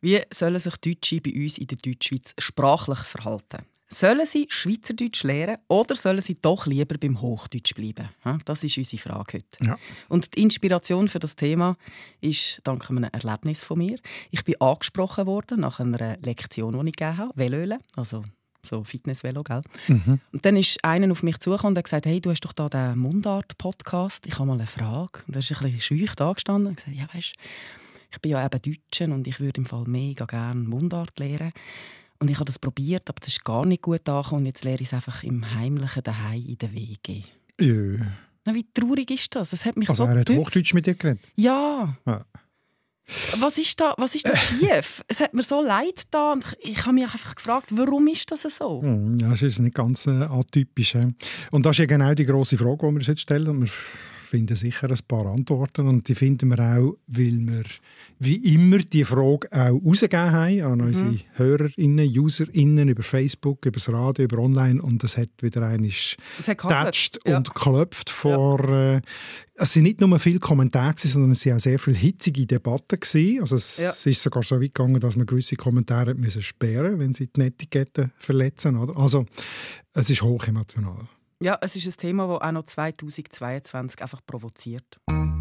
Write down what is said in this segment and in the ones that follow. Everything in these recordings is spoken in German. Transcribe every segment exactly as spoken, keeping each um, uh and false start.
Wie sollen sich Deutsche bei uns in der Deutschschweiz sprachlich verhalten? Sollen sie Schweizerdeutsch lernen oder sollen sie doch lieber beim Hochdeutsch bleiben? Das ist unsere Frage heute. Ja. Und die Inspiration für das Thema ist dank einem Erlebnis von mir. Ich bin angesprochen worden nach einer Lektion, die ich gegeben habe, Velölen, also so Fitnessvelo, gell? Mhm. Und dann ist einer auf mich zugekommen und hat gesagt, hey, du hast doch da den Mundart-Podcast, ich habe mal eine Frage. Und er ist ein bisschen schüchtern da gestanden und gesagt, ja, weißt, ich bin ja eben Deutsche und ich würde im Fall mega gerne Mundart lernen. Und ich habe das probiert, aber das ist gar nicht gut angekommen. Und jetzt lehre ich es einfach im Heimlichen daheim in der W G. Ja. Na, wie traurig ist das? Das hat mich also so er hat gepüpft. Hochdeutsch mit dir geredet? Ja. ja. Was ist da, was ist da schief? Es hat mir so leid getan. Ich habe mich einfach gefragt, warum ist das so? Ja, das ist nicht ganz äh, atypisch. He? Und das ist ja genau die grosse Frage, die wir uns jetzt stellen. Und wir finden sicher ein paar Antworten. Und die finden wir auch, weil wir wie immer die Frage auch rausgegeben haben an mhm. unsere HörerInnen, UserInnen über Facebook, über das Radio, über online. Und das hat wieder einmal getatscht ja. und geklopft vor... Ja. Äh, es sind nicht nur viele Kommentare, sondern es waren auch sehr viele hitzige Debatten. Also es ja. ist sogar so weit gegangen, dass man gewisse Kommentare müssen sperren musste, wenn sie die Netiquette verletzen. Oder? Also es ist hochemotional. Ja, es ist ein Thema, das auch noch zweitausendzweiundzwanzig einfach provoziert.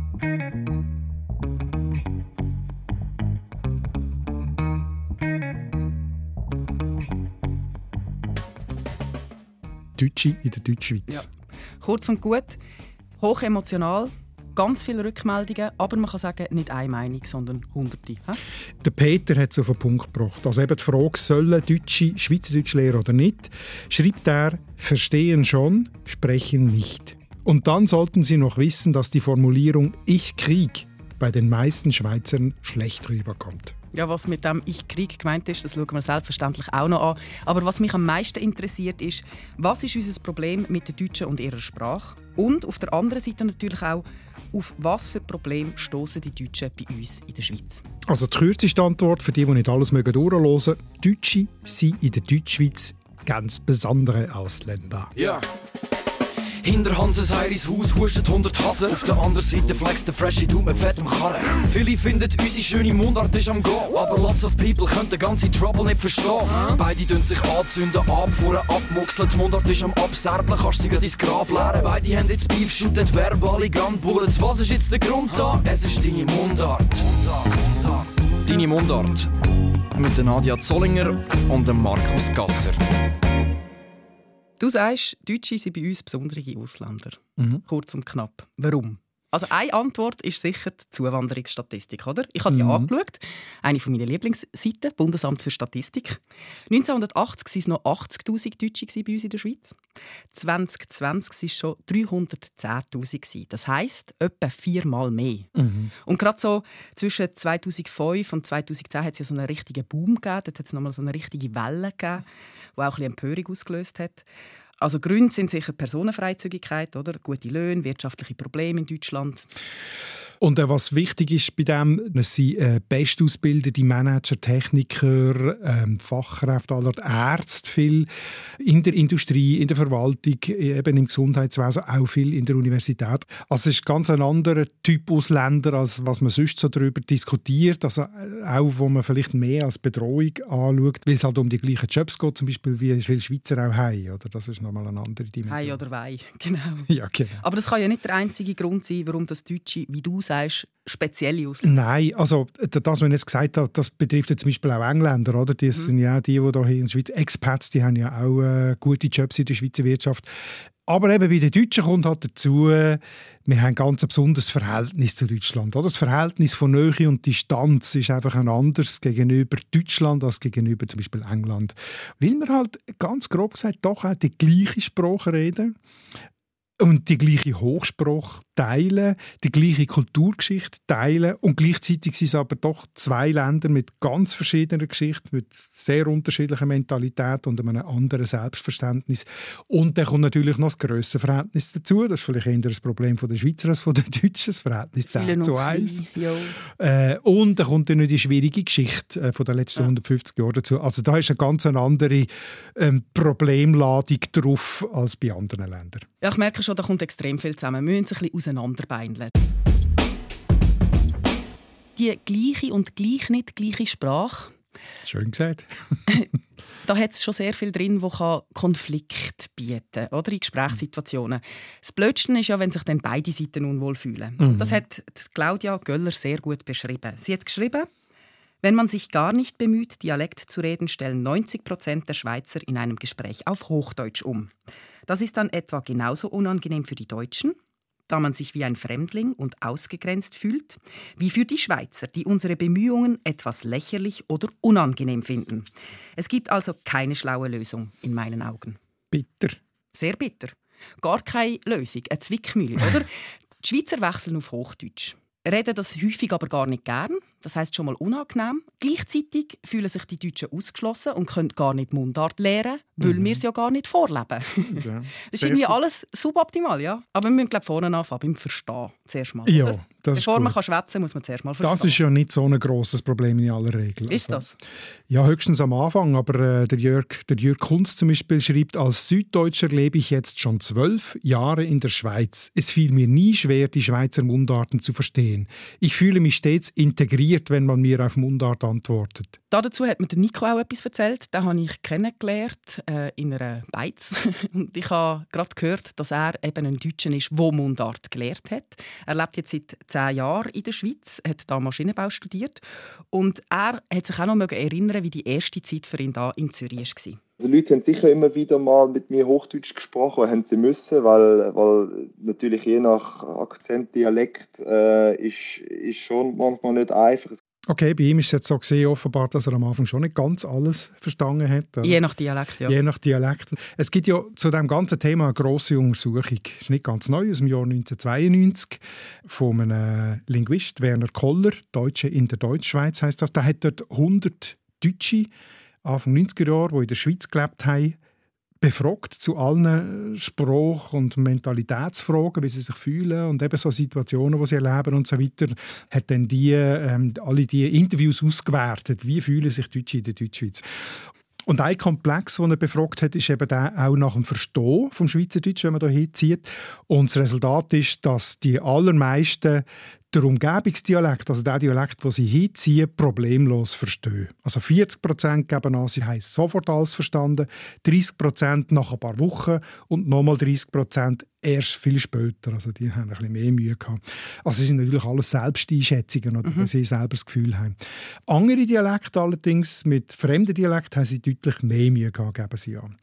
Deutsche in der Deutschschweiz. Ja. Kurz und gut, hochemotional, ganz viele Rückmeldungen, aber man kann sagen, nicht eine Meinung, sondern hunderte. He? Der Peter hat es auf den Punkt gebracht. Also eben die Frage, sollen Deutsche Schweizerdeutsch lernen oder nicht, schreibt er, verstehen schon, sprechen nicht. Und dann sollten Sie noch wissen, dass die Formulierung «Ich krieg» bei den meisten Schweizern schlecht rüberkommt. Ja, was mit dem «Ich Krieg» gemeint ist, das schauen wir selbstverständlich auch noch an. Aber was mich am meisten interessiert ist, was ist unser Problem mit den Deutschen und ihrer Sprache? Und auf der anderen Seite natürlich auch, auf was für Probleme stoßen die Deutschen bei uns in der Schweiz? Also die kürzeste Antwort für die, die nicht alles durchhören mögen, Deutsche sind in der Deutschschweiz ganz besondere Ausländer. Ja. Hinter Hanses Heiris Haus huscht hundert Hasen. Auf der anderen Seite flext der Freshie Du mit fettem Karren. Viele finden, unsere schöne Mundart ist am Go. Aber lots of people können den ganzen Trouble nicht verstehen. Beide tun sich anzünden, abfuhren, abmuxeln. Die Mundart ist am Abserblen, kannst sie gerade ins Grab leeren. Beide haben jetzt Beef, shooten verbale Gunbullets. Was ist jetzt der Grund da? Es ist deine Mundart. Deine Mundart. Mit der Nadia Zollinger und dem Markus Gasser. Du sagst, Deutsche sind bei uns besondere Ausländer. Mhm. Kurz und knapp. Warum? Also eine Antwort ist sicher die Zuwanderungsstatistik, oder? Ich habe die mhm. angeschaut. Eine von meinen Lieblingsseiten, Bundesamt für Statistik. neunzehnhundertachtzig waren es noch achtzigtausend Deutsche bei uns in der Schweiz. zwanzig zwanzig waren es schon dreihundertzehntausend. Das heisst, etwa viermal mehr. Mhm. Und gerade so zwischen zweitausendfünf und zweitausendzehn hat es ja so einen richtigen Boom gegeben. Dort hat es nochmal so eine richtige Welle gegeben, die auch ein bisschen Empörung ausgelöst hat. Also Gründe sind sicher Personenfreizügigkeit, oder? Gute Löhne, wirtschaftliche Probleme in Deutschland. Und äh, was wichtig ist bei dem, es sind äh, bestausgebildete Manager, Techniker, ähm, Fachkräfte aller Ärzte, viel in der Industrie, in der Verwaltung, eben im Gesundheitswesen, auch viel in der Universität. Also es ist ganz ein anderer Typ Ausländer, als was man sonst so darüber diskutiert, also auch wo man vielleicht mehr als Bedrohung anschaut, weil es halt um die gleichen Jobs geht, zum Beispiel wie viele Schweizer auch haben, oder? Das ist nochmal eine andere Dimension. Hei oder Wei, genau. Ja, genau. Aber das kann ja nicht der einzige Grund sein, warum das Deutsche, wie du sagst, spezielle Ausländer. Nein, also das, was ich jetzt gesagt habe, das betrifft ja zum Beispiel auch Engländer, oder? Die mhm. sind ja die, die hier in der Schweiz, Expats, die haben ja auch äh, gute Jobs in der Schweizer Wirtschaft. Aber eben bei den Deutschen kommt halt dazu, wir haben ganz ein besonderes Verhältnis zu Deutschland. Oder? Das Verhältnis von Nähe und Distanz ist einfach ein anderes gegenüber Deutschland als gegenüber zum Beispiel England. Weil wir halt ganz grob gesagt doch auch die gleiche Sprache reden. Und die gleiche Hochsprache teilen, die gleiche Kulturgeschichte teilen und gleichzeitig sind es aber doch zwei Länder mit ganz verschiedener Geschichte, mit sehr unterschiedlicher Mentalität und einem anderen Selbstverständnis. Und dann kommt natürlich noch das Grössenverhältnis dazu. Das ist vielleicht eher das Problem der Schweizer als der Deutschen, das Verhältnis zehn zu eins. Äh, und dann kommt dann noch die schwierige Geschichte äh, von den letzten ja. hundertfünfzig Jahren dazu. Also da ist eine ganz andere ähm, Problemladung drauf als bei anderen Ländern. Ja, ich merke schon, da kommt extrem viel zusammen. Wir müssen uns ein bisschen auseinanderbeineln. die gleiche und gleich nicht gleiche Sprache. Schön gesagt. Da hat es schon sehr viel drin, das Konflikt bieten kann, oder in Gesprächssituationen. Das Blödste ist ja, wenn sich dann beide Seiten unwohl fühlen. Mhm. Das hat Claudia Göller sehr gut beschrieben. Sie hat geschrieben, wenn man sich gar nicht bemüht, Dialekt zu reden, stellen neunzig Prozent der Schweizer in einem Gespräch auf Hochdeutsch um. Das ist dann etwa genauso unangenehm für die Deutschen, da man sich wie ein Fremdling und ausgegrenzt fühlt, wie für die Schweizer, die unsere Bemühungen etwas lächerlich oder unangenehm finden. Es gibt also keine schlaue Lösung, in meinen Augen. Bitter. Sehr bitter. Gar keine Lösung, eine Zwickmühle, oder? Die Schweizer wechseln auf Hochdeutsch, reden das häufig aber gar nicht gern. Das heisst schon mal unangenehm. Gleichzeitig fühlen sich die Deutschen ausgeschlossen und können gar nicht Mundart lernen, weil mhm. wir es ja gar nicht vorleben. Ja. Das ist Sehr irgendwie alles suboptimal, ja. Aber wir müssen glaub, vorne anfangen, beim Verstehen zuerst mal. Ja, das Bevor ist man schwätzen kann, muss man zuerst mal verstehen. Das ist ja nicht so ein grosses Problem in aller Regel. Ist das? Ja, höchstens am Anfang. Aber äh, der Jörg, der Jörg Kunz zum Beispiel schreibt, als Süddeutscher lebe ich jetzt schon zwölf Jahre in der Schweiz. Es fiel mir nie schwer, die Schweizer Mundarten zu verstehen. Ich fühle mich stets integriert, wenn man mir auf Mundart antwortet. Dazu hat mir der Nico auch etwas erzählt. Den habe ich kennengelernt äh, in einer Beiz. Und ich habe gerade gehört, dass er eben ein Deutscher ist, der Mundart gelernt hat. Er lebt jetzt seit zehn Jahren in der Schweiz, hat da Maschinenbau studiert. Und er hat sich auch noch erinnern, wie die erste Zeit für ihn da in Zürich war. Also Leute haben sicher immer wieder mal mit mir Hochdeutsch gesprochen, haben sie müssen, weil, weil natürlich je nach Akzent, Dialekt äh, ist, ist schon manchmal nicht einfach. Okay, bei ihm ist es jetzt so gesehen, offenbar, dass er am Anfang schon nicht ganz alles verstanden hat. Je nach Dialekt, ja. Je nach Dialekt. Es gibt ja zu diesem ganzen Thema eine grosse Untersuchung. Das ist nicht ganz neu, aus dem Jahr neunzehnhundertzweiundneunzig, von einem Linguist, Werner Koller, Deutsche in der Deutschschweiz heisst das. Der hat dort hundert Deutsche, Anfang neunziger Jahre, die in der Schweiz gelebt haben, befragt zu allen Sprach- und Mentalitätsfragen, wie sie sich fühlen und eben so Situationen, die sie erleben und so weiter, hat dann die, ähm, alle diese Interviews ausgewertet. Wie fühlen sich Deutsche in der Deutschschweiz? Und ein Komplex, den er befragt hat, ist eben der auch nach dem Verstehen vom Schweizerdeutsch, wenn man da hinzieht. Und das Resultat ist, dass die allermeisten der Umgebungsdialekt, also der Dialekt, den sie hinziehen, problemlos verstehen. Also vierzig Prozent geben an, sie haben sofort alles verstanden, dreißig Prozent nach ein paar Wochen und nochmal dreißig Prozent erst viel später. Also die haben ein bisschen mehr Mühe gehabt. Also es sind natürlich alles Selbsteinschätzungen, oder, mhm. wenn sie selber das Gefühl haben. Andere Dialekte allerdings, mit fremden Dialekten, haben sie deutlich mehr Mühe gehabt, geben sie an.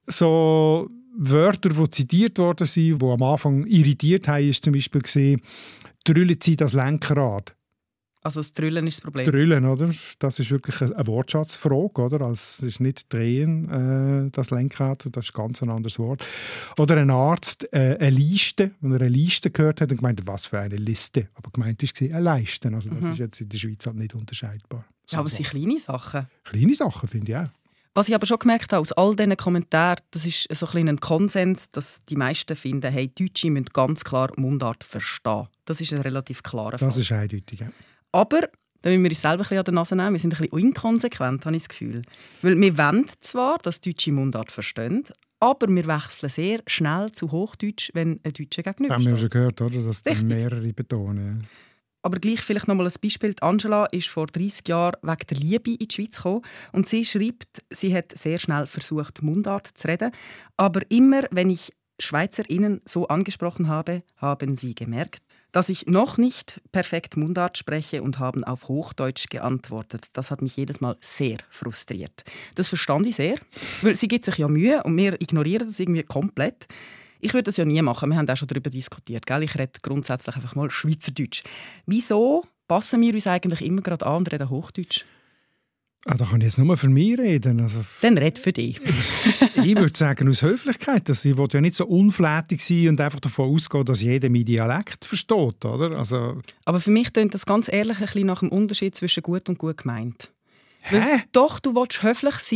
So Wörter, die zitiert worden sind, die am Anfang irritiert haben, ist zum Beispiel gesehen, «Trüllen Sie das Lenkrad». Also das Trüllen ist das Problem. Trüllen, oder? Das ist wirklich eine Wortschatzfrage, oder? Also es ist nicht drehen, äh, das Lenkrad, das ist ganz ein anderes Wort. Oder ein Arzt, äh, eine Liste, wenn er eine Liste gehört hat und gemeint, was für eine Liste. Aber gemeint ist eine Leiste. Also das mhm. ist jetzt in der Schweiz halt nicht unterscheidbar. So ja, aber es sind kleine Sachen. Kleine Sachen, finde ich auch. Was ich aber schon gemerkt habe, aus all diesen Kommentaren, das ist so ein, ein Konsens, dass die meisten finden, hey, Deutsche müssen ganz klar Mundart verstehen. Das ist ein relativ klarer Fall. Das ist eindeutig, ja. Aber, da müssen wir uns selber ein bisschen an der Nase nehmen, wir sind ein bisschen inkonsequent, habe ich das Gefühl. Weil wir wollen zwar, dass Deutsche Mundart verstehen, aber wir wechseln sehr schnell zu Hochdeutsch, wenn ein Deutscher gegenüber Das haben wir schon gehört, oder? Dass dann mehrere betonen. Ja. Aber gleich vielleicht noch mal ein Beispiel. Die Angela ist vor dreissig Jahren wegen der Liebe in die Schweiz gekommen. Und sie schreibt, sie hat sehr schnell versucht, Mundart zu reden. Aber immer, wenn ich SchweizerInnen so angesprochen habe, haben sie gemerkt, dass ich noch nicht perfekt Mundart spreche und haben auf Hochdeutsch geantwortet. Das hat mich jedes Mal sehr frustriert. Das verstand ich sehr, weil sie gibt sich ja Mühe und wir ignorieren das irgendwie komplett. Ich würde das ja nie machen, wir haben auch schon darüber diskutiert. Gell? Ich rede grundsätzlich einfach mal Schweizerdeutsch. Wieso passen wir uns eigentlich immer gerade an und reden Hochdeutsch? Ah, da kann ich jetzt nur für mich reden. Also, dann red für dich. Ich würde sagen, aus Höflichkeit. Dass ich will ja nicht so unflätig sein und einfach davon ausgehen, dass jeder meinen Dialekt versteht. Oder? Also, aber für mich klingt das ganz ehrlich ein bisschen nach dem Unterschied zwischen gut und gut gemeint. Hä? Weil, doch, du willst höflich sein,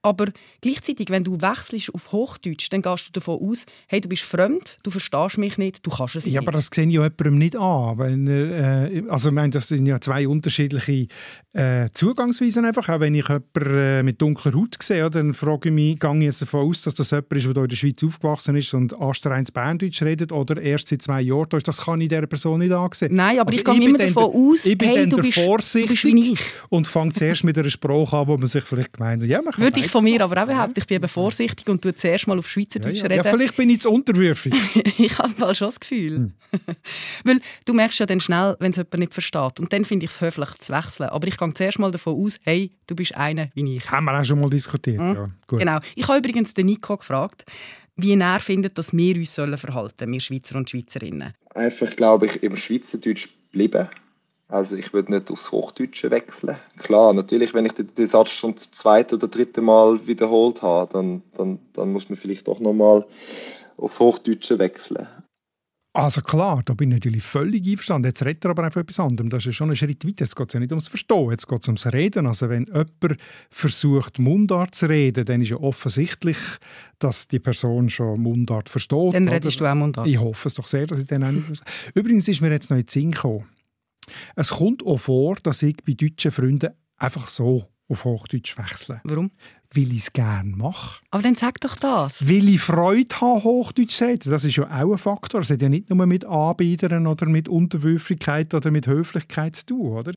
Aber gleichzeitig, wenn du wechselst auf Hochdeutsch, dann gehst du davon aus, hey, du bist fremd, du verstehst mich nicht, du kannst es nicht. Ja, aber das sehe ich ja jemandem nicht an. Wenn er, äh, also ich meine, das sind ja zwei unterschiedliche äh, Zugangsweisen einfach. Auch wenn ich jemanden äh, mit dunkler Haut sehe, dann frage ich mich, gehe ich jetzt davon aus, dass das jemand ist, der hier in der Schweiz aufgewachsen ist und astreins Berndeutsch redet oder erst seit zwei Jahren da ist. Das kann ich dieser Person nicht ansehen. Nein, aber also ich gehe immer davon der, aus, ich bin hey, du bist, du bist wie ich. Und fange zuerst mit einer Sprache an, wo man sich vielleicht gemeint hat, ja, man kann würde ich von mir aber auch behaupten, ich bin eben vorsichtig und tue zuerst mal auf Schweizerdeutsch ja, ja. reden. Ja, vielleicht bin ich zu unterwürfig. Ich habe mal schon das Gefühl. Hm. Weil du merkst ja dann schnell, wenn es jemand nicht versteht. Und dann finde ich es höflich zu wechseln. Aber ich gehe zuerst mal davon aus, hey, du bist einer wie ich. Haben wir auch schon mal diskutiert. Hm? Ja, gut. Genau. Ich habe übrigens den Nico gefragt, wie er findet, dass wir uns sollen verhalten sollen, wir Schweizer und Schweizerinnen. Einfach, glaube ich, im Schweizerdeutsch bleiben. Also ich würde nicht aufs Hochdeutsche wechseln. Klar, natürlich, wenn ich den, den Satz schon zum zweiten oder dritten Mal wiederholt habe, dann, dann, dann muss man vielleicht doch nochmal aufs Hochdeutsche wechseln. Also klar, da bin ich natürlich völlig einverstanden. Jetzt redet er aber einfach etwas anderem. Das ist ja schon ein Schritt weiter. Jetzt geht es ja nicht ums Verstehen, jetzt geht es ums Reden. Also wenn jemand versucht, Mundart zu reden, dann ist ja offensichtlich, dass die Person schon Mundart versteht. Dann redest oder? Du auch Mundart. Ich hoffe es doch sehr, dass ich den auch nicht verstehe. Übrigens ist mir jetzt noch in den Sinn gekommen. Es kommt auch vor, dass ich bei deutschen Freunden einfach so auf Hochdeutsch wechsle. Warum? Weil ich es gerne mache. Aber dann sag doch das. Weil ich Freude habe, Hochdeutsch zu reden. Das ist ja auch ein Faktor. Es hat ja nicht nur mit Anbietern oder mit Unterwürfigkeit oder mit Höflichkeit zu tun, oder?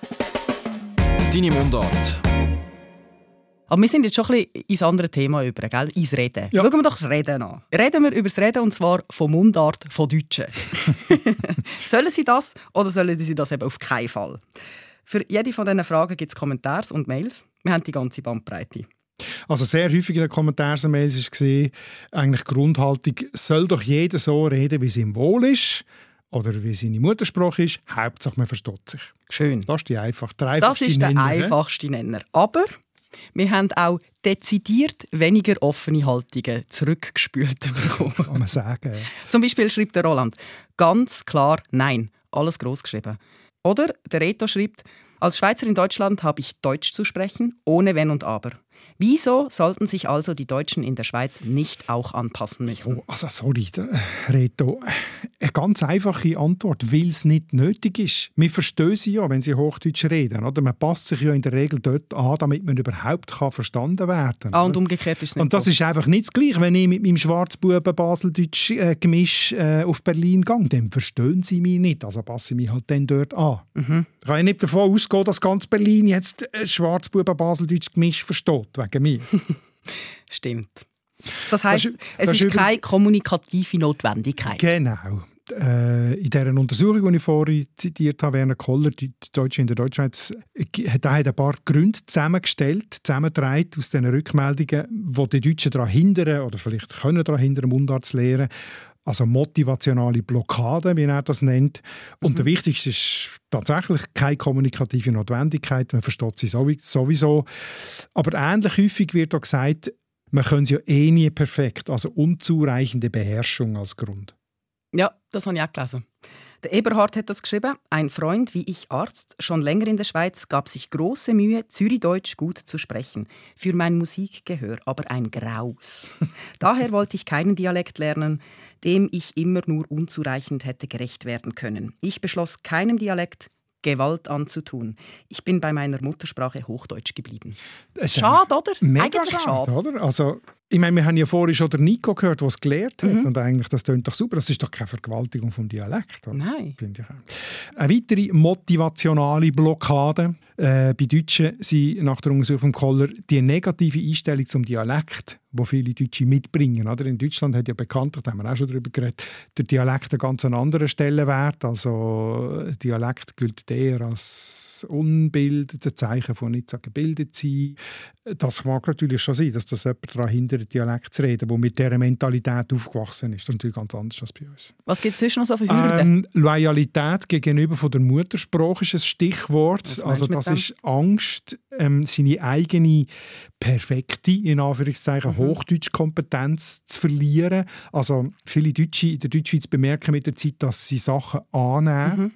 Deine Mundart. Aber wir sind jetzt schon ein bisschen ins andere Thema über, gell? Ins Reden. Ja. Schauen wir doch Reden an. Reden wir über das Reden, und zwar von Mundart von Deutschen. Sollen sie das oder sollen sie das eben auf keinen Fall? Für jede von diesen Fragen gibt es Kommentare und Mails. Wir haben die ganze Bandbreite. Also sehr häufig in den Kommentaren und Mails war eigentlich die Grundhaltung, soll doch jeder so reden, wie es ihm wohl ist oder wie seine Muttersprache ist. Hauptsache man versteht sich. Schön. Das ist, die einfach, der einfachste das ist der Nenner, einfachste Nenner. Aber wir haben auch dezidiert weniger offene Haltungen zurückgespült bekommen. Kann man sagen. Zum Beispiel schreibt der Roland, ganz klar nein, alles groß geschrieben. Oder der Reto schreibt, als Schweizer in Deutschland habe ich Deutsch zu sprechen, ohne Wenn und Aber. Wieso sollten sich also die Deutschen in der Schweiz nicht auch anpassen müssen? Oh, also sorry, Reto. Eine ganz einfache Antwort, weil es nicht nötig ist. Wir verstehen sie ja, wenn sie Hochdeutsch reden. Oder? Man passt sich ja in der Regel dort an, damit man überhaupt kann verstanden werden kann. Ah, und umgekehrt ist es nicht. Und das so. Ist einfach nicht das Gleiche. Wenn ich mit meinem Schwarzbuben-Baseldeutsch-Gemisch äh, äh, auf Berlin gehe, dann verstehen sie mich nicht. Also passe ich mich halt dann dort an. Mhm. Ich kann ja nicht davon ausgehen, dass ganz Berlin jetzt Schwarzbuben-Baseldeutsch-Gemisch versteht. Wegen mir. Stimmt. Das heisst, das ist, es das ist, ist keine kommunikative Notwendigkeit. Genau. Äh, in dieser Untersuchung, die ich vorhin zitiert habe, Werner Koller, die Deutsche in der Deutschschweiz, hat ein paar Gründe zusammengestellt, zusammengetragen aus diesen Rückmeldungen, die die Deutschen daran hindern, oder vielleicht können daran hindern, Mundart zu lernen. Also motivationale Blockade, wie er das nennt. Und mhm. der wichtigste ist tatsächlich keine kommunikative Notwendigkeit. Man versteht sie sowieso. Aber ähnlich häufig wird auch gesagt, man kann sie ja eh nie perfekt. Also unzureichende Beherrschung als Grund. Ja, das habe ich auch gelesen. Der Eberhard hat das geschrieben. Ein Freund, wie ich Arzt, schon länger in der Schweiz, gab sich große Mühe, Zürichdeutsch gut zu sprechen. Für mein Musikgehör aber ein Graus. Daher wollte ich keinen Dialekt lernen, dem ich immer nur unzureichend hätte gerecht werden können. Ich beschloss, keinem Dialekt Gewalt anzutun. Ich bin bei meiner Muttersprache Hochdeutsch geblieben. Schade, oder? Mega Eigentlich schade, schade. Oder? Also, ich meine, wir haben ja vorhin schon den Nico gehört, der es gelernt hat. Mhm. Und eigentlich, das klingt doch super. Das ist doch keine Vergewaltigung vom Dialekt. Oder? Nein. Finde ich auch. Eine weitere motivationale Blockade äh, bei Deutschen sind nach der Untersuchung von Koller die negative Einstellung zum Dialekt, die viele Deutsche mitbringen. Oder? In Deutschland hat ja bekanntlich, da haben wir auch schon darüber geredet, der Dialekt einen ganz anderen Stellenwert. Also Dialekt gilt eher als unbildet, Zeichen von nicht so gebildet sein. Das mag natürlich schon sein, dass das jemand daran hindert, Dialekt zu reden, der mit dieser Mentalität aufgewachsen ist. Das ist natürlich ganz anders als bei uns. Was gibt es sonst noch so für Hürden? Ähm, Loyalität gegenüber von der Muttersprache ist ein Stichwort. Was also das ist Angst, ähm, seine eigene perfekte, in Anführungszeichen, mhm. Hochdeutschkompetenz zu verlieren. Also viele Deutsche in der Deutschschweiz bemerken mit der Zeit, dass sie Sachen annehmen. Mhm.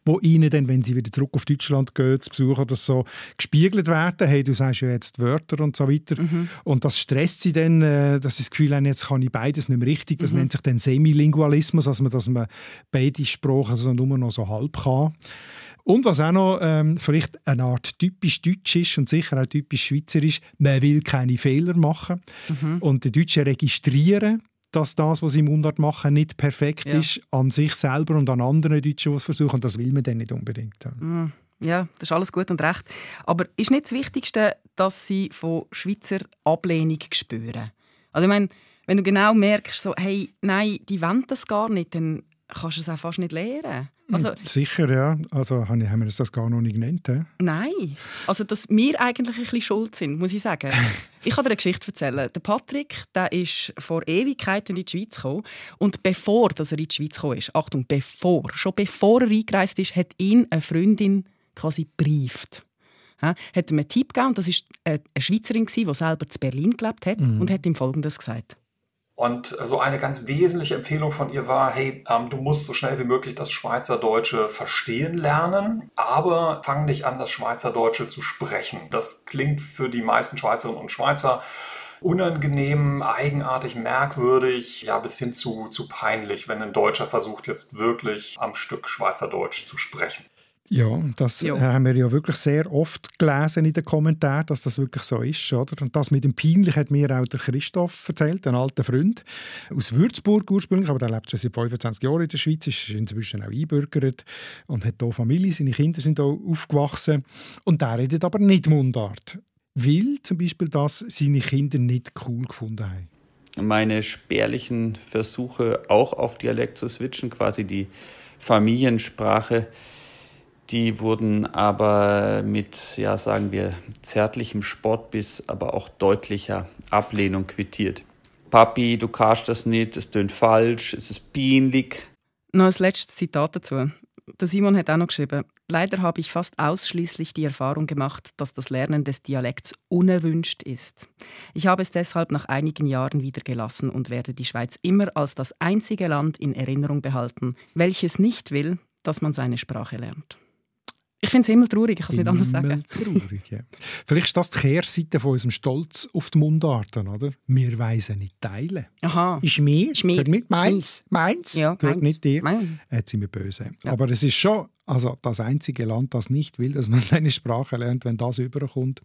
wo ihnen dann, wenn sie wieder zurück auf Deutschland gehen, zu Besuch oder so, gespiegelt werden. Hey, du sagst ja jetzt Wörter und so weiter. Mhm. Und das stresst sie dann, äh, dass sie das Gefühl haben, jetzt kann ich beides nicht mehr richtig. Das mhm. nennt sich dann Semilingualismus, also dass man beide Sprachen also nur noch so halb kann. Und was auch noch ähm, vielleicht eine Art typisch deutsch ist und sicher auch typisch schweizerisch, man will keine Fehler machen. Mhm. Und die Deutschen registrieren, dass das, was sie im Mundart machen, nicht perfekt ja. ist, an sich selber und an anderen Deutschen, die es versuchen. Und das will man dann nicht unbedingt. Mhm. Ja, das ist alles gut und recht. Aber ist nicht das Wichtigste, dass sie von Schweizer Ablehnung spüren? Also ich meine, wenn du genau merkst, so, hey, nein, die wollen das gar nicht, dann kannst du es auch fast nicht lernen. Also, sicher, ja. Also haben wir das gar noch nicht genannt. He? Nein. Also, dass wir eigentlich ein bisschen schuld sind, muss ich sagen. Ich kann dir eine Geschichte erzählen. Der Patrick, der ist vor Ewigkeiten in die Schweiz gekommen. Und bevor dass er in die Schweiz gekommen ist, Achtung, bevor, schon bevor er eingereist ist, hat ihn eine Freundin quasi gebrieft. Ja, hat ihm einen Tipp gegeben. Das war eine Schweizerin, die selber in Berlin gelebt hat, mhm. und hat ihm Folgendes gesagt. Und so eine ganz wesentliche Empfehlung von ihr war, hey, ähm, du musst so schnell wie möglich das Schweizerdeutsche verstehen lernen, aber fang nicht an, das Schweizerdeutsche zu sprechen. Das klingt für die meisten Schweizerinnen und Schweizer unangenehm, eigenartig, merkwürdig, ja bis hin zu, zu peinlich, wenn ein Deutscher versucht, jetzt wirklich am Stück Schweizerdeutsch zu sprechen. Ja, das jo. haben wir ja wirklich sehr oft gelesen in den Kommentaren, dass das wirklich so ist. Oder? Und das mit dem Peinlich hat mir auch der Christoph erzählt, ein alter Freund aus Würzburg ursprünglich, aber der lebt schon seit fünfundzwanzig Jahren in der Schweiz, ist inzwischen auch eingebürgert und hat hier Familie, seine Kinder sind hier aufgewachsen. Und der redet aber nicht Mundart, weil zum Beispiel das seine Kinder nicht cool gefunden haben. Meine spärlichen Versuche, auch auf Dialekt zu switchen, quasi die Familiensprache, die wurden aber mit, ja, sagen wir, zärtlichem Spott bis aber auch deutlicher Ablehnung quittiert. Papi, du kannst das nicht, es tönt falsch, es ist peinlich. Noch ein letztes Zitat dazu. Der Simon hat auch noch geschrieben, leider habe ich fast ausschließlich die Erfahrung gemacht, dass das Lernen des Dialekts unerwünscht ist. Ich habe es deshalb nach einigen Jahren wieder gelassen und werde die Schweiz immer als das einzige Land in Erinnerung behalten, welches nicht will, dass man seine Sprache lernt. Ich finde es himmeltraurig, ich kann es nicht anders sagen. Traurig, ja. Vielleicht ist das die Kehrseite von unserem Stolz auf die Mundarten, oder? Wir weisen nicht teilen. Aha. Ist mir, ist mir. Gehört nicht meins, meins, ja, gehört meins. nicht dir. Mein. Jetzt sind wir böse. Ja. Aber es ist schon also das einzige Land, das nicht will, dass man seine Sprache lernt, wenn das überkommt.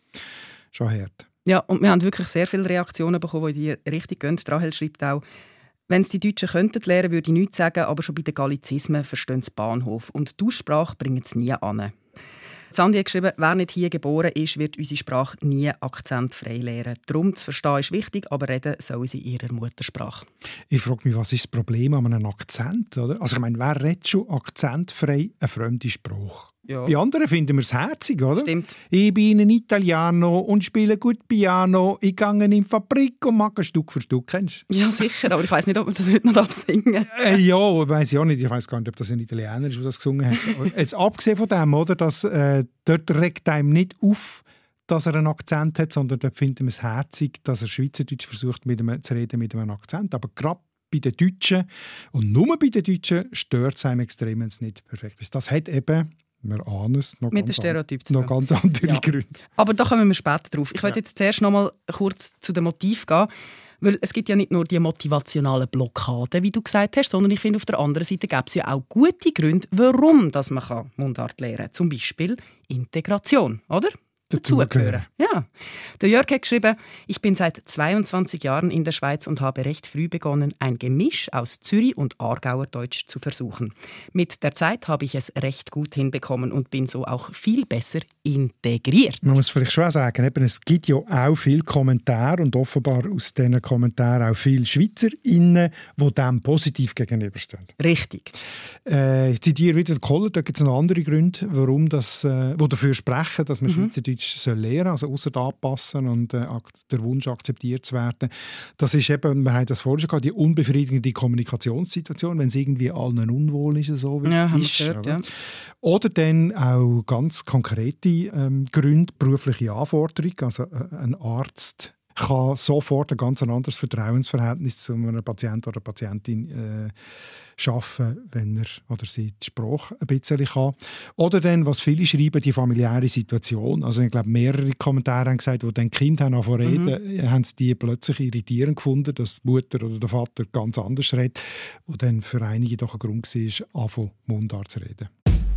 Schon hart. Ja, und wir haben wirklich sehr viele Reaktionen bekommen, die in die Richtung gehen. Rahel schreibt auch, wenn es die Deutschen könnten lernen, würde ich nichts sagen, aber schon bei den Gallizismen verstehen sie Bahnhof. Und die Aussprache bringen sie nie an. Sandy hat geschrieben, wer nicht hier geboren ist, wird unsere Sprache nie akzentfrei lernen. Darum zu verstehen ist wichtig, aber reden soll sie in ihrer Muttersprache. Ich frage mich, was ist das Problem an einem Akzent? Oder? Also ich meine, wer redet schon akzentfrei eine fremde Sprache? Ja. Bei anderen finden wir es herzig, oder? Stimmt. Ich bin ein Italiano und spiele gut Piano. Ich gehe in die Fabrik und mache Stück für Stück. Kennst du? Ja, sicher, aber ich weiss nicht, ob man das heute noch singen darf. Äh, ja, weiss ich auch nicht. Ich weiss gar nicht, ob das ein Italiener ist, der das gesungen hat. Jetzt abgesehen von dem, oder, dass äh, dort regt einem nicht auf, dass er einen Akzent hat, sondern dort finden wir es herzig, dass er Schweizerdeutsch versucht mit einem, zu reden mit einem Akzent. Aber gerade bei den Deutschen und nur bei den Deutschen stört es einem extrem, wenn es nicht perfekt ist. Das hat eben... Wir ahnen es, noch, mit ganz, Stereotyp an, noch ganz andere ja. Gründe. Aber da kommen wir später drauf. Ich wollte ja. jetzt zuerst noch mal kurz zu dem Motiv gehen, weil es gibt ja nicht nur die motivationalen Blockaden, wie du gesagt hast, sondern ich finde, auf der anderen Seite gibt es ja auch gute Gründe, warum dass man Mundart lernen kann. Zum Beispiel Integration, oder? Dazugehören. Ja. Der Jörg hat geschrieben, ich bin seit zweiundzwanzig Jahren in der Schweiz und habe recht früh begonnen, ein Gemisch aus Zürich- und Aargauer Deutsch zu versuchen. Mit der Zeit habe ich es recht gut hinbekommen und bin so auch viel besser integriert. Man muss vielleicht schon sagen, eben, es gibt ja auch viele Kommentare und offenbar aus diesen Kommentaren auch viele SchweizerInnen, die dem positiv gegenüberstehen. Richtig. Äh, ich zitiere wieder den Koller, da gibt es noch andere Gründe, warum das, äh, wo dafür sprechen, dass man mhm. Schweizerdeutsch soll lernen, also ausser anpassen und äh, der Wunsch akzeptiert zu werden. Das ist eben, wir haben das vorhin schon gehabt, die unbefriedigende Kommunikationssituation, wenn es irgendwie allen unwohl ist, so wie ja, es ist. Gehört, oder? Ja. oder dann auch ganz konkrete ähm, Gründe, berufliche Anforderungen, also äh, ein Arzt kann sofort ein ganz anderes Vertrauensverhältnis zu einem Patienten oder Patientin äh, schaffen, wenn er oder sie die Sprache ein bisschen kann. Oder dann, was viele schreiben, die familiäre Situation. Also ich glaube, mehrere Kommentare haben gesagt, wo dann die Kinder haben angefangen zu reden, mhm. haben sie die plötzlich irritierend gefunden, dass die Mutter oder der Vater ganz anders redet, wo dann für einige doch ein Grund war, anfangen Mundart zu reden.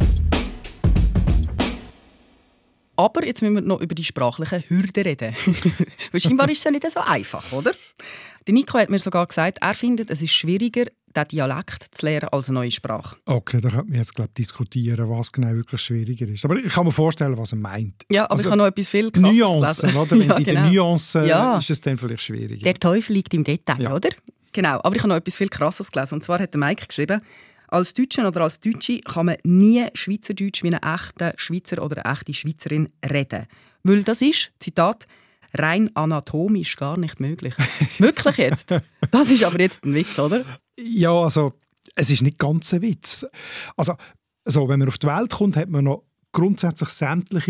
Aber jetzt müssen wir noch über die sprachlichen Hürden reden. Weil scheinbar ist es ja nicht so einfach, oder? Der Nico hat mir sogar gesagt, er findet, es ist schwieriger, diesen Dialekt zu lernen als eine neue Sprache. Okay, da könnte man jetzt glaub, diskutieren, was genau wirklich schwieriger ist. Aber ich kann mir vorstellen, was er meint. Ja, aber also, ich habe noch etwas viel Krasses Nuancen, gelesen. oder? Wenn ja, bei genau. den Nuancen ja. ist es dann vielleicht schwieriger. Der Teufel liegt im Detail, ja. oder? Genau, aber ich habe noch etwas viel Krasses gelesen. Und zwar hat der Mike geschrieben, als Deutsche oder als Deutsche kann man nie Schweizerdeutsch wie eine echte Schweizer oder eine echte Schweizerin reden. Weil das ist, Zitat, rein anatomisch gar nicht möglich. Wirklich jetzt? Das ist aber jetzt ein Witz, oder? Ja, also es ist nicht ganz ein Witz. Also, also wenn man auf die Welt kommt, hat man noch grundsätzlich sämtliche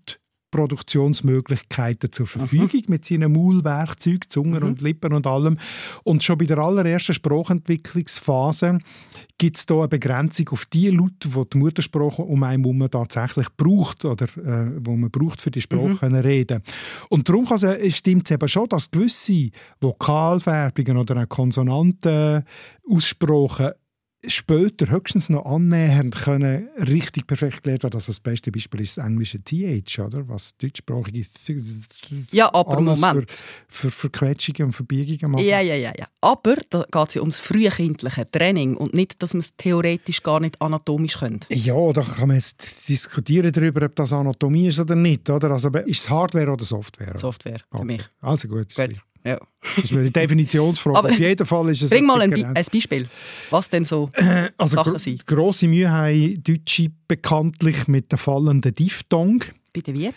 Lautproduktionsmöglichkeiten zur Verfügung mhm. mit seinen Maulwerkzeugen, Zungen mhm. und Lippen und allem. Und schon bei der allerersten Sprachentwicklungsphase gibt es da eine Begrenzung auf die Laute, die die Muttersprache um einen herum tatsächlich braucht oder äh, wo man braucht, für die Sprache mhm. reden. Und darum stimmt es eben schon, dass gewisse Vokalfärbungen oder auch Konsonanten Aussprachen später höchstens noch annähernd können richtig perfekt gelernt werden. Also das beste Beispiel ist das englische T H, oder? Was deutschsprachige ja, aber Moment. Für, für Verquetschungen und Verbiegungen machen. Ja, ja, ja, ja. Aber da geht es ja ums frühkindliche Training und nicht, dass man es theoretisch gar nicht anatomisch könnte. Ja, da kann man jetzt diskutieren darüber, ob das Anatomie ist oder nicht. Oder? Also, ist es Hardware oder Software? Software, für okay. mich. Also gut. gut. Ja. Das ist eine Definitionsfrage. Aber auf jeden Fall ist es bring mal ein, Be- ein Beispiel. Was denn so also Sachen gr- sind? Grosse Mühe haben Deutsche bekanntlich mit der fallenden Diphthong. Bitte wie?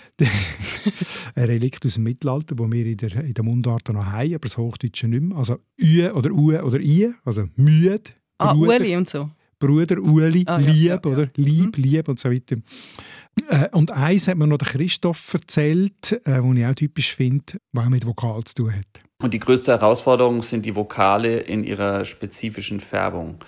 Ein Relikt aus dem Mittelalter, das wir in der, in der Mundart noch haben, aber das Hochdeutsche nicht mehr. Also Ü oder Ue oder I, also müde. Ah, Bruder, Uli und so. Bruder, Uli, ah, ja, Lieb, ja, ja. oder? Lieb, mhm. Lieb und so weiter. Äh, und eins hat mir noch der Christoph erzählt, äh, was ich auch typisch finde, was auch mit Vokal zu tun hat. Und die größte Herausforderung sind die Vokale in ihrer spezifischen Färbung.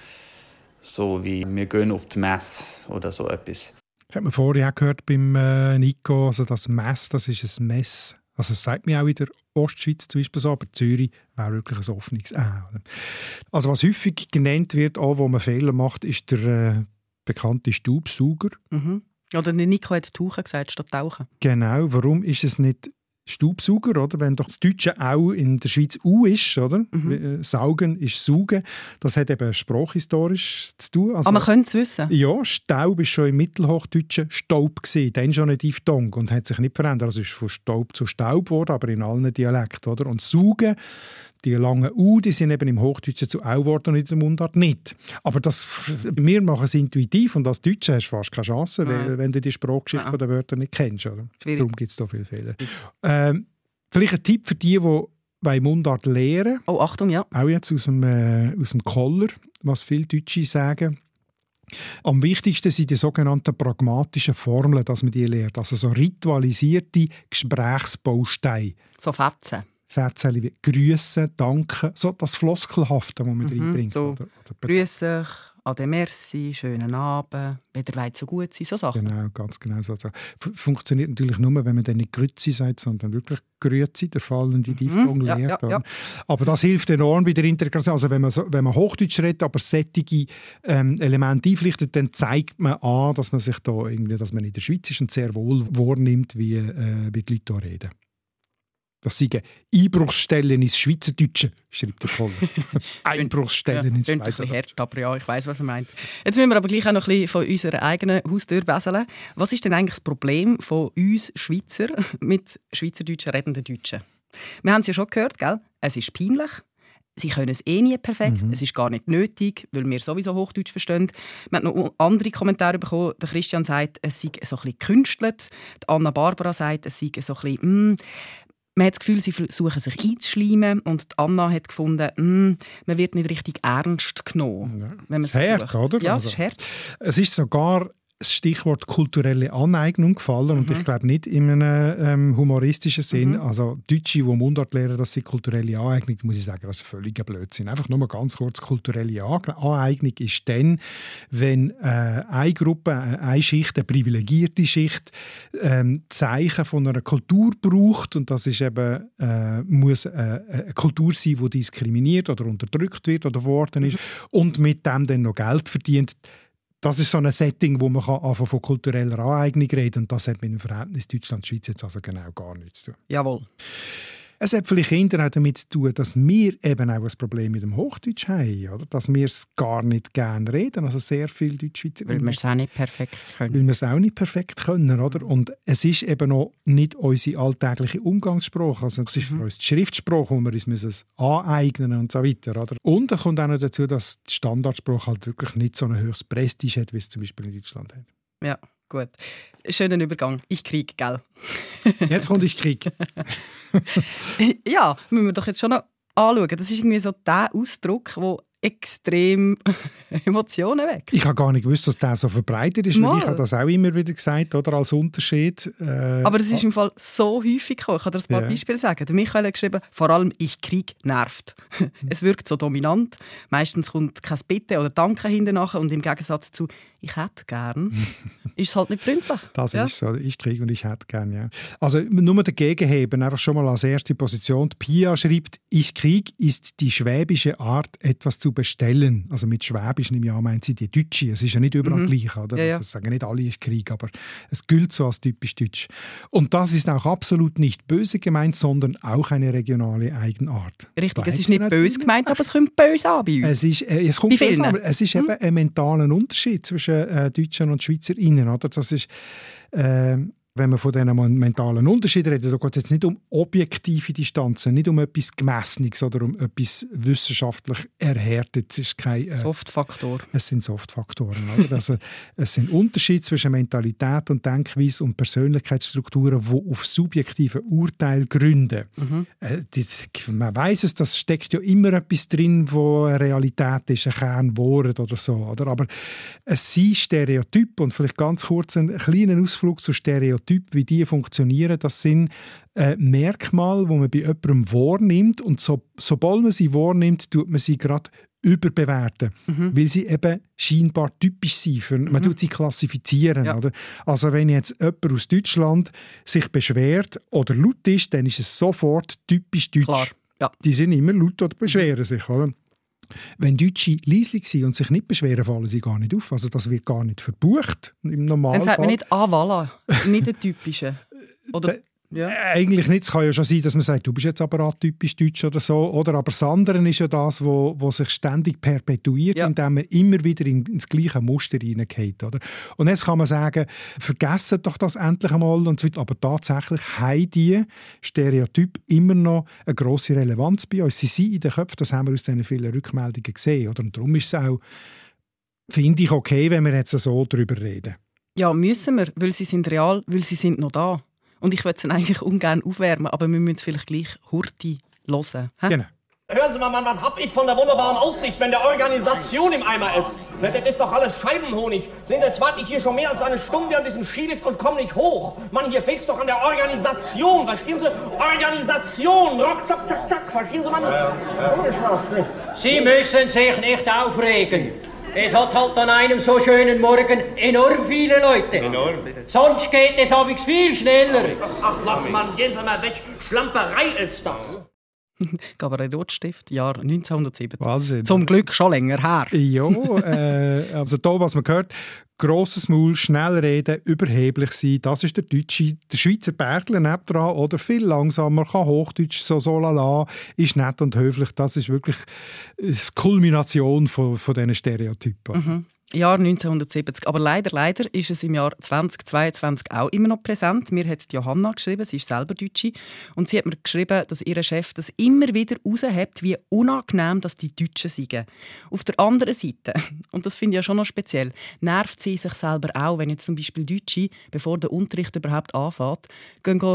So wie wir gehen auf die Messe oder so etwas. Hat man vorher auch gehört beim äh, Nico, also das Mess, das ist ein Mess. Also das sagt mir auch in der Ostschweiz zum Beispiel so, aber Zürich wäre wirklich ein offenes Ä. Also was häufig genannt wird, auch wo man Fehler macht, ist der äh, bekannte Staubsauger. Mhm. Oder der Nico hat Tauchen gesagt statt Tauchen. Genau, warum ist es nicht Staubsauger, oder? Wenn doch das Deutsche auch in der Schweiz U ist, oder? Mhm. Saugen ist Saugen. Das hat eben sprachhistorisch zu tun. Also, aber man könnte es wissen. Ja, Staub ist schon im Mittelhochdeutschen Staub gewesen, dann schon eine Diphthong und hat sich nicht verändert. Also es ist von Staub zu Staub geworden, aber in allen Dialekten, oder? Und Saugen, die langen U, die sind eben im Hochdeutschen zu Au geworden und in der Mundart nicht. Aber das, wir machen es intuitiv und als Deutsche hast du fast keine Chance, weil, wenn du die Sprachgeschichte der Wörter nicht kennst. Oder? Darum gibt es da viele Fehler. Ähm, vielleicht ein Tipp für die, die bei Mundart lehren. Oh, Achtung, ja. Auch jetzt aus dem, äh, aus dem Koller, was viele Deutsche sagen. Am wichtigsten sind die sogenannten pragmatischen Formeln, dass man die lernt. Also so ritualisierte Gesprächsbausteine. So Fetzen. Fetzen wie Grüssen, Danken, so das Floskelhafte, das man mhm, reinbringt. So oder, oder Grüß euch, ade merci, schönen Abend, weder weit so gut sein, so Sachen. Genau, ganz genau so. F- funktioniert natürlich nur, wenn man dann nicht Grüezi sagt, sondern wirklich Grüezi, der fallende Diphthong mhm, ja, lernt. Ja, ja. Aber das hilft enorm bei der Integration. Also wenn man, so, wenn man Hochdeutsch redet, aber solche ähm, Elemente einflichtet, dann zeigt man an, dass man sich da irgendwie, dass man in der Schweiz ist und sehr wohl wahrnimmt, wie, äh, wie die Leute hier reden. Das sind Einbruchsstellen ins Schweizerdeutsche, schreibt der Koller. Einbruchsstellen ja, ins Schweizerdeutsche. Hart, aber ja, ich weiss, was er meint. Jetzt müssen wir aber gleich auch noch ein bisschen von unserer eigenen Haustür beseln. Was ist denn eigentlich das Problem von uns Schweizer mit Schweizerdeutschen redenden Deutschen? Wir haben es ja schon gehört, gell? Es ist peinlich. Sie können es eh nie perfekt. Mhm. Es ist gar nicht nötig, weil wir sowieso Hochdeutsch verstehen. Wir haben noch andere Kommentare bekommen. Der Christian sagt, es sei so ein bisschen gekünstelt. Die Anna Barbara sagt, es sei so ein bisschen... Mm, man hat das Gefühl, sie versuchen sich einzuschleimen und Anna hat gefunden, mm, man wird nicht richtig ernst genommen. Ja. Wenn man es ist hart, oder? Ja, also, es ist hart. Es ist sogar das Stichwort kulturelle Aneignung gefallen mhm. und ich glaube nicht in einem ähm, humoristischen Sinn. Mhm. Also Deutsche, die Mundart lernen, das sind kulturelle Aneignung, muss ich sagen, das ist völliger Blödsinn. Einfach nur mal ganz kurz, kulturelle Aneignung ist dann, wenn äh, eine Gruppe, eine Schicht, eine privilegierte Schicht ähm, Zeichen von einer Kultur braucht und das ist eben, äh, muss äh, eine Kultur sein, die diskriminiert oder unterdrückt wird oder worden ist mhm. und mit dem dann noch Geld verdient. Das ist so ein Setting, wo man einfach von kultureller Aneignung reden kann. Und das hat mit dem Verhältnis Deutschland-Schweiz jetzt also genau gar nichts zu tun. Jawohl. Es hat vielleicht eher auch damit zu tun, dass wir eben auch ein Problem mit dem Hochdeutsch haben. Oder? Dass wir es gar nicht gerne reden. Also sehr viele Deutschschweizer. Weil wir es auch nicht perfekt können. Weil wir es auch nicht perfekt können. Oder? Und es ist eben noch nicht unsere alltägliche Umgangssprache. Also es ist für uns die Schriftsprache, wo wir uns müssen aneignen und so weiter. Oder? Und es kommt auch noch dazu, dass die Standardsprache halt wirklich nicht so ein höchstes Prestige hat, wie es zum Beispiel in Deutschland hat. Ja, gut. Schönen Übergang. Ich krieg, gell? Jetzt kommt ich krieg. Ja, müssen wir doch jetzt schon noch anschauen. Das ist irgendwie so der Ausdruck, der extrem Emotionen weckt. Ich habe gar nicht gewusst, dass der so verbreitet ist, weil ich habe das auch immer wieder gesagt, oder, als Unterschied. Äh, Aber das ist im Fall so häufig gekommen. Ich kann dir ein paar yeah. Beispiele sagen. Der Michael hat geschrieben, vor allem «Ich krieg» nervt. Es wirkt so dominant. Meistens kommt kein Bitte oder Danke hinten nachher und im Gegensatz zu «Ich hätte gern» ist es halt nicht freundlich. Das ja. ist so. «Ich krieg» und «Ich hätte gern», ja. Also nur dagegen heben, einfach schon mal als erste Position. Die Pia schreibt, «Ich krieg» ist die schwäbische Art, etwas zu bestellen. Also mit Schwäbisch nehme ich an, meint sie die Deutsche. Es ist ja nicht überall mhm. gleich, oder? Ja, ja. Also sagen nicht alle ist Krieg, aber es gilt so als typisch deutsch. Und das ist auch absolut nicht böse gemeint, sondern auch eine regionale Eigenart. Richtig, da es ist nicht böse gemeint, aber es kommt böse an bei uns. Es ist, äh, es kommt böse an, aber es ist mhm. eben ein mentaler Unterschied zwischen äh, Deutschen und SchweizerInnen, oder? Das ist äh, wenn man von diesen mentalen Unterschieden redet, da geht es jetzt nicht um objektive Distanzen, nicht um etwas Gemessenes oder um etwas wissenschaftlich Erhärtetes. Es ist kein äh, Softfaktor. Es sind Softfaktoren. Oder? Also, es sind Unterschiede zwischen Mentalität und Denkweise und Persönlichkeitsstrukturen, die auf subjektiven Urteil gründen. Mhm. Äh, das, man weiss es, das steckt ja immer etwas drin, wo eine Realität ist, ein Kernwort oder so. Oder? Aber es sind Stereotypen und vielleicht ganz kurz einen kleinen Ausflug zu Stereotypen, wie die funktionieren, das sind äh, Merkmale, die man bei jemandem wahrnimmt und so, sobald man sie wahrnimmt, tut man sie gerade überbewerten, mhm. weil sie eben scheinbar typisch sind. Für, mhm. Man tut sie klassifizieren. Ja. Oder? Also wenn jetzt jemand aus Deutschland sich beschwert oder laut ist, dann ist es sofort typisch deutsch. Klar. Ja. Die sind immer laut oder beschweren sich. Oder? Wenn Deutsche leislich sind und sich nicht beschweren, fallen sie gar nicht auf. Also das wird gar nicht verbucht im Normalfall. Dann sagt man nicht «Ah, voilà», nicht der typische. Oder, ja. Eigentlich nicht. Es kann ja schon sein, dass man sagt, du bist jetzt aber atypisch deutsch oder so. Oder? Aber das andere ist ja das, wo, wo sich ständig perpetuiert, ja. indem man immer wieder in, ins gleiche Muster hineingeht. Oder? Und jetzt kann man sagen, vergessen doch das endlich einmal. Und so weiter. Aber tatsächlich haben die Stereotype immer noch eine grosse Relevanz bei uns. Sie sind in den Köpfen, das haben wir aus diesen vielen Rückmeldungen gesehen. Oder? Und darum ist es auch, finde ich, okay, wenn wir jetzt so darüber reden. Ja, müssen wir, weil sie sind real, weil sie sind noch da. Und ich würde es eigentlich ungern aufwärmen, aber wir müssen es vielleicht gleich hurti hören. He? Genau. Hören Sie mal, Mann, was hab ich von der wunderbaren Aussicht, wenn der Organisation im Eimer ist? Das ist doch alles Scheibenhonig. Sehen Sie, jetzt warte ich hier schon mehr als eine Stunde an diesem Skilift und komme nicht hoch. Mann, hier fehlt's doch an der Organisation. Verstehen Sie? Organisation. Rock, zack, zack, zack. Verstehen Sie, Mann? Sie müssen sich nicht aufregen. Es hat halt an einem so schönen Morgen enorm viele Leute. Enorm. Sonst geht es abends viel schneller. Ach, ach was, Mann, gehen Sie mal weg. Schlamperei ist das. Gabriel Rotstift, Jahr neunzehnhundertsiebzig. Wahnsinn. Zum Glück schon länger her. Ja, äh, also da, was man hört, grosses Maul, schnell reden, überheblich sein, das ist der Deutsche. Der Schweizer Bergler nebendran, oder viel langsamer, kann Hochdeutsch, so so lala, ist nett und höflich. Das ist wirklich die Kulmination von, von diesen Stereotypen. Mhm. Jahr neunzehnhundertsiebzig. Aber leider, leider ist es im Jahr zweitausendzweiundzwanzig auch immer noch präsent. Mir hat Johanna geschrieben, sie ist selber Deutsche. Und sie hat mir geschrieben, dass ihr Chef das immer wieder raushebt, wie unangenehm dass die Deutschen sind. Auf der anderen Seite, und das finde ich ja schon noch speziell, nervt sie sich selber auch, wenn jetzt zum Beispiel Deutsche, bevor der Unterricht überhaupt anfängt, gehen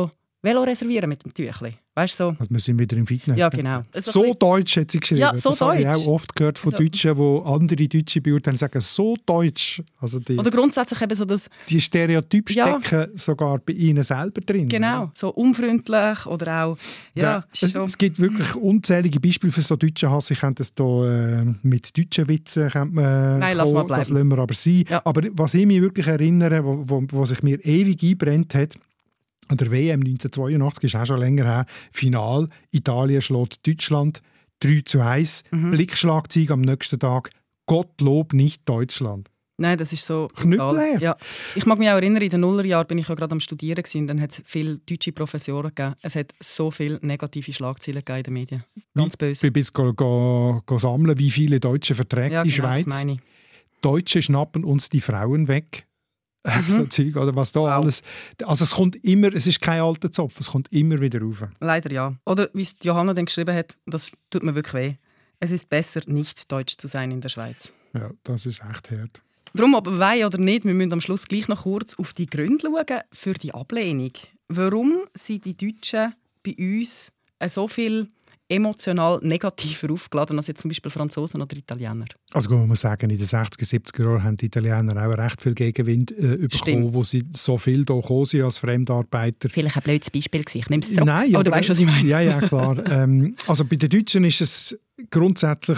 Velo reservieren mit dem Tüchli. Weißt du, so. Also wir sind wieder im Fitness. Ja, genau. Also so bisschen... deutsch hat sie geschrieben. Ja, so das habe ich deutsch. auch oft gehört von also... Deutschen, wo andere Deutsche beurteilen, sagen so deutsch. Also die, oder grundsätzlich eben so das... Die Stereotype ja. stecken sogar bei ihnen selber drin. Genau, so unfreundlich oder auch... Ja, ja, es, so. es gibt wirklich unzählige Beispiele für so deutschen Hass. Ich könnte das hier äh, mit deutschen Witzen... Man, Nein, lass mal bleiben. Das lassen wir aber sein. Ja. Aber was ich mich wirklich erinnere, wo, wo, wo sich mir ewig eingebrennt hat, an der W M neunzehnhundertzweiundachtzig, ist auch schon länger her, Final, Italien schlägt Deutschland drei zu eins. Mhm. Blickschlagzeug am nächsten Tag, Gottlob nicht Deutschland. Nein, das ist so knüppelleer. Ja. Ich mag mich auch erinnern, in den Nullerjahren bin ich ja gerade am Studieren gewesen, dann hat es viele deutsche Professoren gegeben. Es hat so viele negative Schlagzeilen gegeben in den Medien. Ganz böse. Ich bin jetzt go, go, go sammeln, wie viele deutsche Verträge ja, die genau, Schweiz. Das meine ich. Deutsche schnappen uns die Frauen weg. Mhm. So Zeug, oder was da wow. alles. Also es kommt immer, es ist kein alter Zopf, es kommt immer wieder rauf. Leider ja. Oder wie es Johanna dann geschrieben hat, das tut mir wirklich weh. Es ist besser, nicht deutsch zu sein in der Schweiz. Ja, das ist echt hart. Darum, ob wir oder nicht, wir müssen am Schluss gleich noch kurz auf die Gründe schauen für die Ablehnung. Warum sind die Deutschen bei uns so viel emotional negativer aufgeladen als jetzt zum Beispiel Franzosen oder Italiener? Also man muss sagen, in den sechziger, siebziger Jahren haben die Italiener auch recht viel Gegenwind äh, bekommen, Stimmt. wo sie so viel hier gekommen sind als Fremdarbeiter. Vielleicht ein blödes Beispiel gewesen. Ich nehme es zurück. Nein, aber, aber du weißt, was ich meine. Ja, ja, klar. ähm, also bei den Deutschen ist es grundsätzlich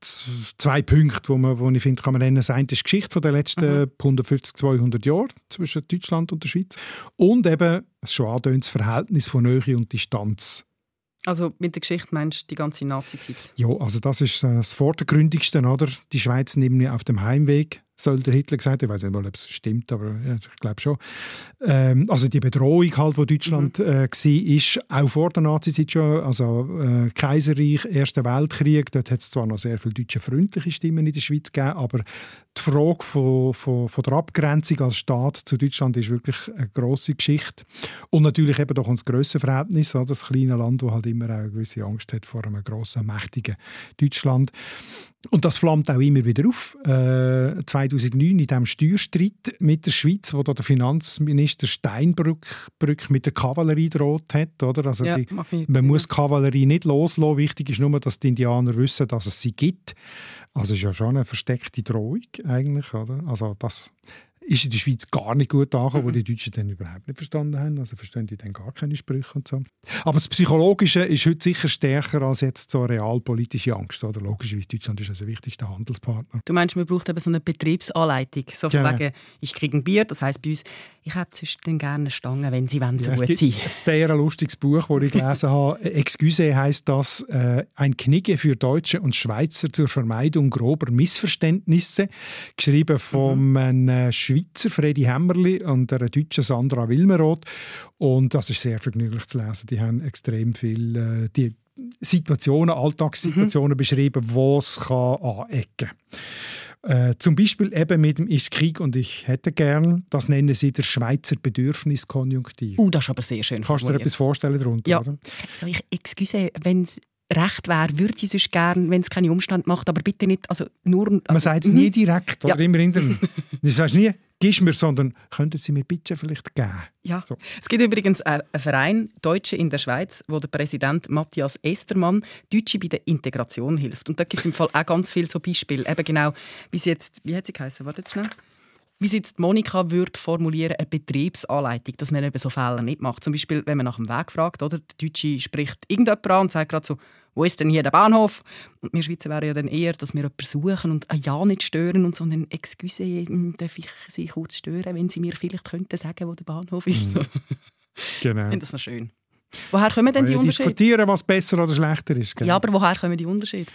zwei Punkte, wo, man, wo ich finde, kann man nennen. Das eine ist die Geschichte der letzten mhm. hundertfünfzig, zweihundert Jahre zwischen Deutschland und der Schweiz. Und eben, das schon angedeutet, das Verhältnis von Nähe und Distanz. Also mit der Geschichte meinst du die ganze Nazi-Zeit? Ja, also das ist das Vordergründigste, oder? Die Schweiz nimmt auf dem Heimweg, soll der Hitler gesagt haben. Ich weiß nicht mal, ob es stimmt, aber ja, ich glaube schon. Ähm, also die Bedrohung, halt, die Deutschland mhm. äh, war, ist auch vor der Nazi-Zeit schon. Also äh, Kaiserreich, Erster Weltkrieg, dort hat es zwar noch sehr viele deutsche freundliche Stimmen in der Schweiz gegeben, aber die Frage von, von, von der Abgrenzung als Staat zu Deutschland ist wirklich eine grosse Geschichte. Und natürlich eben doch das Grössenverhältnis, das kleine Land, das halt immer auch eine gewisse Angst hat vor einem grossen, mächtigen Deutschland. Und das flammt auch immer wieder auf. Äh, zweitausendneun in diesem Steuerstreit mit der Schweiz, wo da der Finanzminister Steinbrück mit der Kavallerie droht hat. Oder? Also ja, die, man muss die Kavallerie nicht loslassen. Wichtig ist nur, dass die Indianer wissen, dass es sie gibt. Also es ist ja schon eine versteckte Drohung eigentlich. Oder? Also das ist in der Schweiz gar nicht gut angekommen, mhm. wo die Deutschen dann überhaupt nicht verstanden haben. Also verstehen die dann gar keine Sprüche und so. Aber das Psychologische ist heute sicher stärker als jetzt so realpolitische Angst. Oder? Logischerweise, Deutschland ist also der wichtigste Handelspartner. Du meinst, man braucht eben so eine Betriebsanleitung. So von genau. wegen, ich kriege ein Bier, das heisst bei uns, ich hätte sonst dann gerne eine Stange, wenn sie wollen, so ja, gut sein. sein. Ein sehr lustiges Buch, das ich gelesen habe. «Excuse» heisst das, äh, ein Knigge für Deutsche und Schweizer zur Vermeidung grober Missverständnisse. Geschrieben von mhm. einem äh, Schweizer Fredi Hämmerli und einer deutschen Sandra Wilmeroth. Und das ist sehr vergnüglich zu lesen. Die haben extrem viel äh, die Situationen, Alltagssituationen mhm. beschrieben, wo es anecken kann. Äh, zum Beispiel eben mit dem «Ist Krieg und ich hätte gern», das nennen sie der Schweizer Bedürfniskonjunktiv. Uh, das ist aber sehr schön. Kannst du dir etwas vorstellen darunter? Ja. Oder? Also ich, excuse, wenn es recht wäre, würde ich sonst gerne, wenn es keine Umstände macht, aber bitte nicht, also nur... Also, Man sagt es nie direkt, oder? Ja. Immer in der, du sagst nie, gibst mir, sondern könnten Sie mir bitte vielleicht geben? Ja. So. Es gibt übrigens einen Verein, Deutsche in der Schweiz, wo der Präsident Matthias Estermann Deutsche bei der Integration hilft. Und da gibt es im Fall auch ganz viele so Beispiele. Eben genau, wie sie jetzt, wie hat sie geheißen? Warte jetzt schnell. Wie sie jetzt Monika würde formulieren, eine Betriebsanleitung, dass man eben so Fälle nicht macht. Zum Beispiel, wenn man nach dem Weg fragt, oder? Der Deutsche spricht irgendjemand an und sagt gerade so, wo ist denn hier der Bahnhof? Und wir Schweizer wären ja dann eher, dass wir jemanden suchen und ein Ja nicht stören und so einen «Excuse, darf ich Sie kurz stören, wenn Sie mir vielleicht könnten sagen, wo der Bahnhof ist?» Mhm. Genau. Ich finde das noch schön. Woher kommen denn die wir Unterschiede? Diskutieren, was besser oder schlechter ist. Genau. Ja, aber woher kommen die Unterschiede?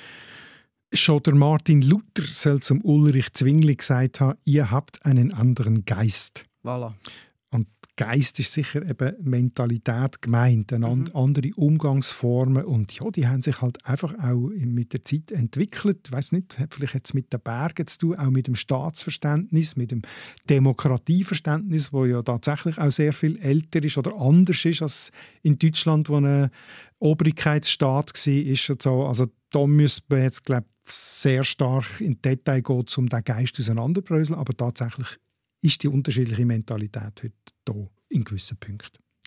Schon der Martin Luther soll zum Ulrich Zwingli gesagt haben, ihr habt einen anderen Geist. Voilà. Und Geist ist sicher eben Mentalität gemeint, eine mhm. andere Umgangsformen und ja, die haben sich halt einfach auch mit der Zeit entwickelt. Ich weiss nicht, vielleicht hat es mit den Bergen zu tun, auch mit dem Staatsverständnis, mit dem Demokratieverständnis, wo ja tatsächlich auch sehr viel älter ist oder anders ist als in Deutschland, wo ein Obrigkeitsstaat war. So. Also da müsste man jetzt, glaube ich, sehr stark in Detail gehen, um den Geist auseinanderbröseln, aber tatsächlich ist die unterschiedliche Mentalität heute hier in gewissen Punkten.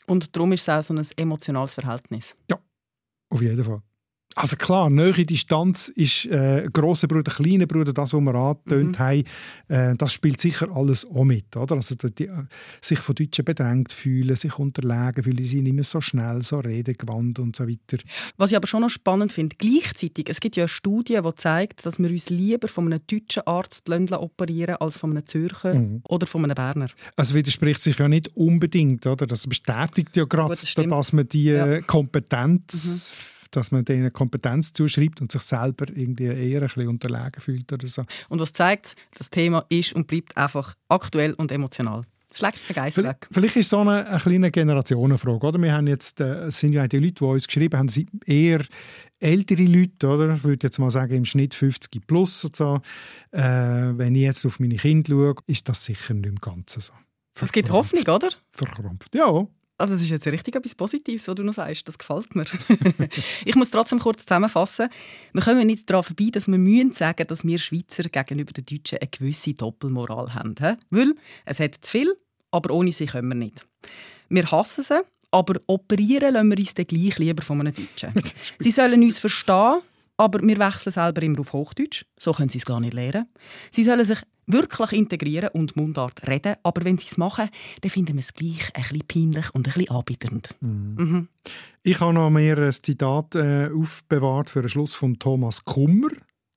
Und darum ist es auch so ein emotionales Verhältnis. Ja, auf jeden Fall. Also klar, Nähe Distanz ist äh, grosser Bruder, kleiner Bruder, das, was wir angetönt mhm. haben, äh, das spielt sicher alles auch mit. Oder? Also die, die, sich von Deutschen bedrängt fühlen, sich unterlegen fühlen, die sind immer so schnell, so redegewandt und so weiter. Was ich aber schon noch spannend finde, gleichzeitig, es gibt ja eine Studie, die zeigt, dass wir uns lieber von einem deutschen Arzt operieren lassen, als von einem Zürcher mhm. oder von einem Berner. Es widerspricht sich ja nicht unbedingt, oder? Das bestätigt ja gerade, das dass man die ja. Kompetenz mhm. dass man denen Kompetenz zuschreibt und sich selber irgendwie eher ein bisschen unterlegen fühlt oder so. Und was zeigt, das Thema ist und bleibt einfach aktuell und emotional. Es schlägt den Geist weg. Vielleicht ist es so eine, eine kleine Generationenfrage. Oder? Wir haben jetzt, äh, es sind ja die Leute, die uns geschrieben haben, sind eher ältere Leute, oder? Ich würde jetzt mal sagen, im Schnitt fünfzig plus. Und so. Äh, wenn ich jetzt auf meine Kinder schaue, ist das sicher nicht im Ganzen so. Es gibt Hoffnung, oder? Verkrampft, ja. Also das ist jetzt richtig etwas Positives, was du noch sagst. Das gefällt mir. Ich muss trotzdem kurz zusammenfassen. Wir kommen nicht daran vorbei, dass wir müssen sagen, dass wir Schweizer gegenüber den Deutschen eine gewisse Doppelmoral haben. Weil es hat zu viel, aber ohne sie können wir nicht. Wir hassen sie, aber operieren lassen wir uns dann gleich lieber von einem Deutschen. Sie sollen uns verstehen, aber wir wechseln selber immer auf Hochdeutsch. So können sie es gar nicht lernen. Sie sollen sich wirklich integrieren und Mundart reden, aber wenn sie es machen, dann finden wir es gleich ein bisschen peinlich und ein bisschen anbieternd. Mhm. Mhm. Ich habe noch mehr ein Zitat äh, aufbewahrt für den Schluss von Thomas Kummer.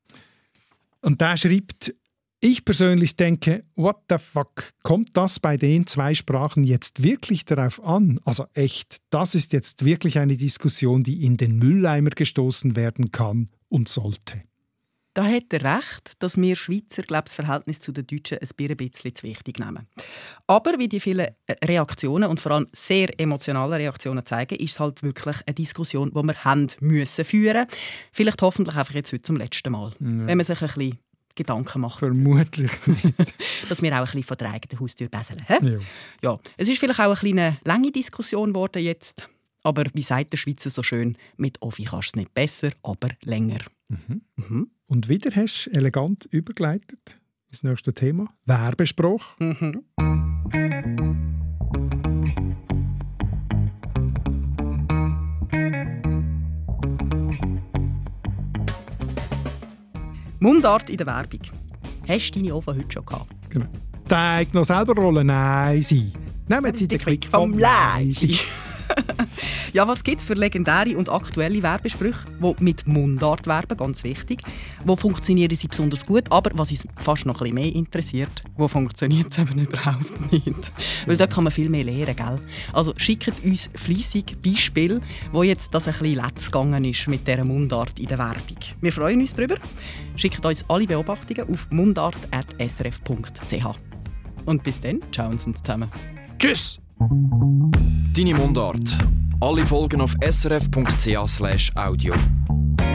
Und der schreibt: Ich persönlich denke, what the fuck, kommt das bei den zwei Sprachen jetzt wirklich darauf an? Also echt, das ist jetzt wirklich eine Diskussion, die in den Mülleimer gestoßen werden kann und sollte. Da hat er recht, dass wir Schweizer glaub, das Verhältnis zu den Deutschen ein bisschen zu wichtig nehmen. Aber wie die vielen Reaktionen und vor allem sehr emotionale Reaktionen zeigen, ist es halt wirklich eine Diskussion, die wir haben müssen führen. Vielleicht hoffentlich einfach jetzt heute zum letzten Mal. Ja. Wenn man sich ein bisschen Gedanken macht. Vermutlich nicht. Dass wir auch ein bisschen von der eigenen Haustür besseln. Ja. Ja. Es ist vielleicht auch eine kleine lange Diskussion geworden jetzt. Aber wie sagt der Schweizer so schön, mit Offi kannst du es nicht besser, aber länger. Mhm. Mhm. Und wieder hast du elegant übergeleitet ins nächste Thema. Werbespruch. Mhm. Mundart in der Werbung. Hast du deine Ofen heute schon gehabt? Genau. Zeig noch selber Rollen. Nein, sie. Nehmen Sie den Klick vom Leisi. Ja, was gibt es für legendäre und aktuelle Werbesprüche, die mit Mundart werben, ganz wichtig. Wo funktionieren sie besonders gut, aber was uns fast noch ein bisschen mehr interessiert, wo funktioniert es eben überhaupt nicht. Weil da kann man viel mehr lernen, gell? Also schickt uns fleissig Beispiele, wo jetzt das ein bisschen letzt gegangen ist mit dieser Mundart in der Werbung. Wir freuen uns darüber. Schickt uns alle Beobachtungen auf mundart at s r f punkt c h. Und bis dann, ciao zusammen. Tschüss! Deine Mundart. Alle Folgen auf s r f punkt c h slash audio.